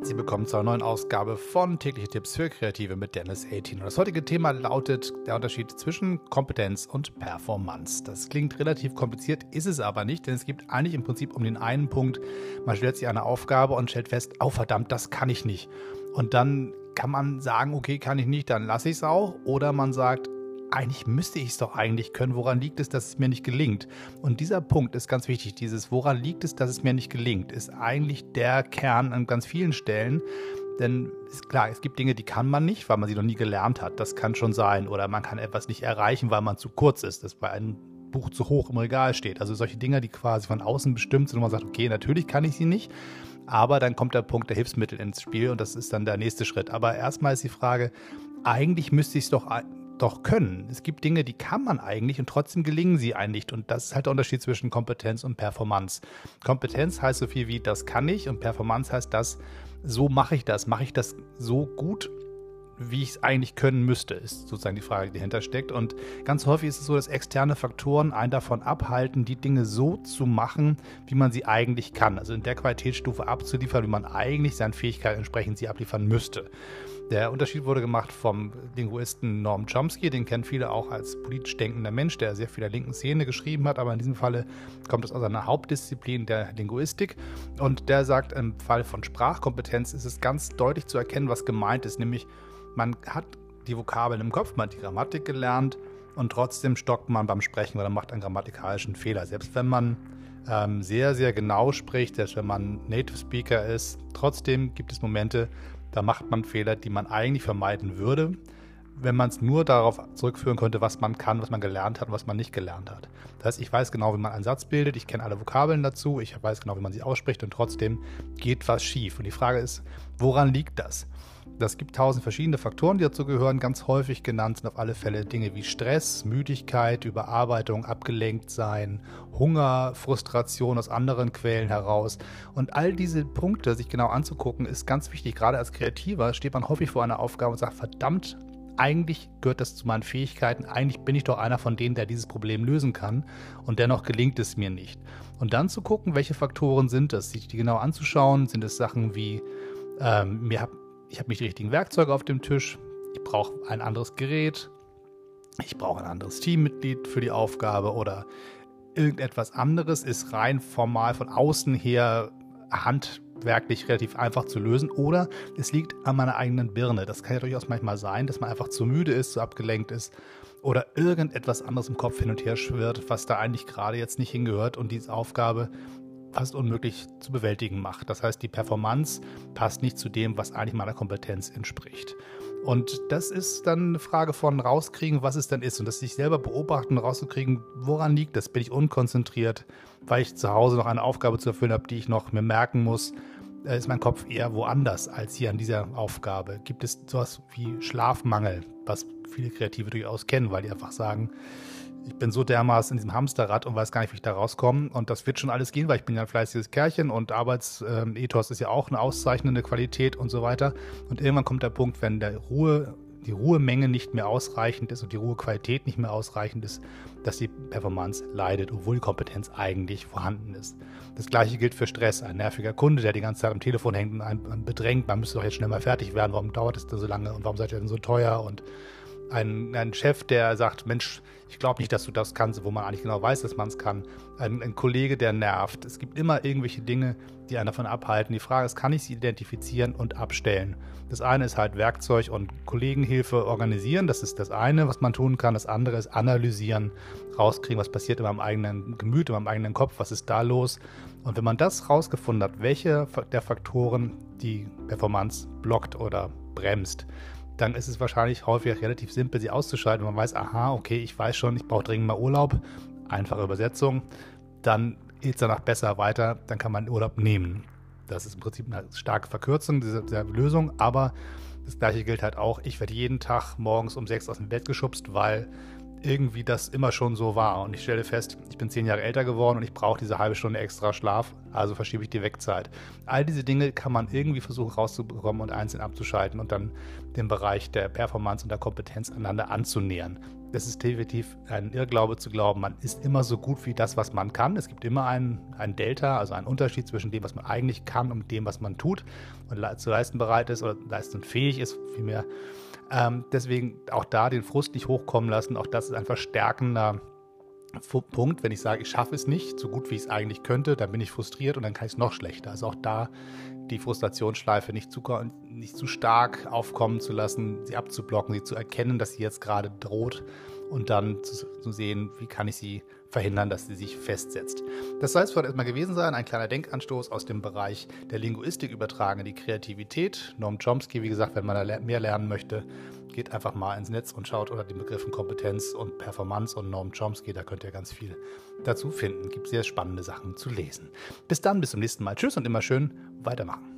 Herzlich willkommen zu einer neuen Ausgabe von Tägliche Tipps für Kreative mit Dennis 18. Und das heutige Thema lautet der Unterschied zwischen Kompetenz und Performance. Das klingt relativ kompliziert, ist es aber nicht, denn es geht eigentlich im Prinzip um den einen Punkt. Man stellt sich eine Aufgabe und stellt fest, oh verdammt, das kann ich nicht. Und dann kann man sagen, okay, kann ich nicht, dann lasse ich es auch. Oder man sagt, eigentlich müsste ich es doch eigentlich können. Woran liegt es, dass es mir nicht gelingt? Und dieser Punkt ist ganz wichtig. Dieses, woran liegt es, dass es mir nicht gelingt, ist eigentlich der Kern an ganz vielen Stellen. Denn ist klar, es gibt Dinge, die kann man nicht, weil man sie noch nie gelernt hat. Das kann schon sein. Oder man kann etwas nicht erreichen, weil man zu kurz ist. Das bei einem Buch zu hoch im Regal steht. Also solche Dinge, die quasi von außen bestimmt sind und man sagt, okay, natürlich kann ich sie nicht. Aber dann kommt der Punkt der Hilfsmittel ins Spiel und das ist dann der nächste Schritt. Aber erstmal ist die Frage, eigentlich müsste ich es doch können. Es gibt Dinge, die kann man eigentlich und trotzdem gelingen sie einem nicht. Und das ist halt der Unterschied zwischen Kompetenz und Performance. Kompetenz heißt so viel wie, das kann ich, und Performance heißt das, so mache ich das so gut, wie ich es eigentlich können müsste, ist sozusagen die Frage, die dahinter steckt. Und ganz häufig ist es so, dass externe Faktoren einen davon abhalten, die Dinge so zu machen, wie man sie eigentlich kann. Also in der Qualitätsstufe abzuliefern, wie man eigentlich seinen Fähigkeiten entsprechend sie abliefern müsste. Der Unterschied wurde gemacht vom Linguisten Noam Chomsky, den kennen viele auch als politisch denkender Mensch, der sehr viel der linken Szene geschrieben hat, aber in diesem Falle kommt es aus einer Hauptdisziplin der Linguistik. Und der sagt, im Fall von Sprachkompetenz ist es ganz deutlich zu erkennen, was gemeint ist, nämlich man hat die Vokabeln im Kopf, man hat die Grammatik gelernt und trotzdem stockt man beim Sprechen oder macht einen grammatikalischen Fehler. Selbst wenn man sehr, sehr genau spricht, selbst wenn man Native Speaker ist, trotzdem gibt es Momente, da macht man Fehler, die man eigentlich vermeiden würde, wenn man es nur darauf zurückführen könnte, was man kann, was man gelernt hat und was man nicht gelernt hat. Das heißt, ich weiß genau, wie man einen Satz bildet, ich kenne alle Vokabeln dazu, ich weiß genau, wie man sie ausspricht und trotzdem geht was schief. Und die Frage ist, woran liegt das? Das gibt 1000 verschiedene Faktoren, die dazu gehören. Ganz häufig genannt sind auf alle Fälle Dinge wie Stress, Müdigkeit, Überarbeitung, abgelenkt sein, Hunger, Frustration aus anderen Quellen heraus. Und all diese Punkte sich genau anzugucken, ist ganz wichtig. Gerade als Kreativer steht man häufig vor einer Aufgabe und sagt, verdammt, eigentlich gehört das zu meinen Fähigkeiten. Eigentlich bin ich doch einer von denen, der dieses Problem lösen kann. Und dennoch gelingt es mir nicht. Und dann zu gucken, welche Faktoren sind es, sich die genau anzuschauen. Sind es Sachen wie, ich habe nicht die richtigen Werkzeuge auf dem Tisch, ich brauche ein anderes Gerät, ich brauche ein anderes Teammitglied für die Aufgabe oder irgendetwas anderes ist rein formal von außen her handwerklich relativ einfach zu lösen oder es liegt an meiner eigenen Birne. Das kann ja durchaus manchmal sein, dass man einfach zu müde ist, zu abgelenkt ist oder irgendetwas anderes im Kopf hin und her schwirrt, was da eigentlich gerade jetzt nicht hingehört und diese Aufgabe fast unmöglich zu bewältigen macht. Das heißt, die Performance passt nicht zu dem, was eigentlich meiner Kompetenz entspricht. Und das ist dann eine Frage von rauskriegen, was es dann ist und das sich selber beobachten, rauszukriegen, woran liegt das? Bin ich unkonzentriert, weil ich zu Hause noch eine Aufgabe zu erfüllen habe, die ich noch mir merken muss? Ist mein Kopf eher woanders als hier an dieser Aufgabe? Gibt es sowas wie Schlafmangel, was viele Kreative durchaus kennen, weil die einfach sagen, ich bin so dermaßen in diesem Hamsterrad und weiß gar nicht, wie ich da rauskomme. Und das wird schon alles gehen, weil ich bin ja ein fleißiges Kerlchen und Arbeitsethos ist ja auch eine auszeichnende Qualität und so weiter. Und irgendwann kommt der Punkt, wenn die Ruhemenge nicht mehr ausreichend ist und die Ruhequalität nicht mehr ausreichend ist, dass die Performance leidet, obwohl die Kompetenz eigentlich vorhanden ist. Das Gleiche gilt für Stress. Ein nerviger Kunde, der die ganze Zeit am Telefon hängt und einen bedrängt, man müsste doch jetzt schnell mal fertig werden, warum dauert es denn so lange und warum seid ihr denn so teuer? Und ein Chef, der sagt, Mensch, ich glaube nicht, dass du das kannst, wo man eigentlich genau weiß, dass man es kann. Ein Kollege, der nervt. Es gibt immer irgendwelche Dinge, die einen davon abhalten. Die Frage ist, kann ich sie identifizieren und abstellen? Das eine ist halt Werkzeug und Kollegenhilfe organisieren. Das ist das eine, was man tun kann. Das andere ist analysieren, rauskriegen, was passiert in meinem eigenen Gemüt, in meinem eigenen Kopf, was ist da los? Und wenn man das rausgefunden hat, welche der Faktoren die Performance blockt oder bremst, dann ist es wahrscheinlich häufig relativ simpel, sie auszuschalten. Man weiß, aha, okay, ich weiß schon, ich brauche dringend mal Urlaub. Einfache Übersetzung. Dann geht es danach besser weiter, dann kann man Urlaub nehmen. Das ist im Prinzip eine starke Verkürzung dieser Lösung, aber das Gleiche gilt halt auch. Ich werde jeden Tag morgens um 6 aus dem Bett geschubst, weil irgendwie das immer schon so war. Und ich stelle fest, ich bin 10 Jahre älter geworden und ich brauche diese halbe Stunde extra Schlaf, also verschiebe ich die Wegzeit. All diese Dinge kann man irgendwie versuchen rauszubekommen und einzeln abzuschalten und dann den Bereich der Performance und der Kompetenz aneinander anzunähern. Das ist definitiv ein Irrglaube zu glauben, man ist immer so gut wie das, was man kann. Es gibt immer ein Delta, also einen Unterschied zwischen dem, was man eigentlich kann und dem, was man tut und zu leisten bereit ist oder leistungsfähig ist, vielmehr. Deswegen auch da den Frust nicht hochkommen lassen. Auch das ist ein verstärkender Punkt. Wenn ich sage, ich schaffe es nicht so gut, wie ich es eigentlich könnte, dann bin ich frustriert und dann kann ich es noch schlechter. Also auch da die Frustrationsschleife nicht zu stark aufkommen zu lassen, sie abzublocken, sie zu erkennen, dass sie jetzt gerade droht und dann zu sehen, wie kann ich sie verhindern, dass sie sich festsetzt. Das soll es für heute erstmal gewesen sein. Ein kleiner Denkanstoß aus dem Bereich der Linguistik übertragen in die Kreativität. Noam Chomsky, wie gesagt, wenn man da mehr lernen möchte, geht einfach mal ins Netz und schaut unter den Begriffen Kompetenz und Performance und Noam Chomsky, da könnt ihr ganz viel dazu finden. Gibt sehr spannende Sachen zu lesen. Bis dann, bis zum nächsten Mal. Tschüss und immer schön weitermachen.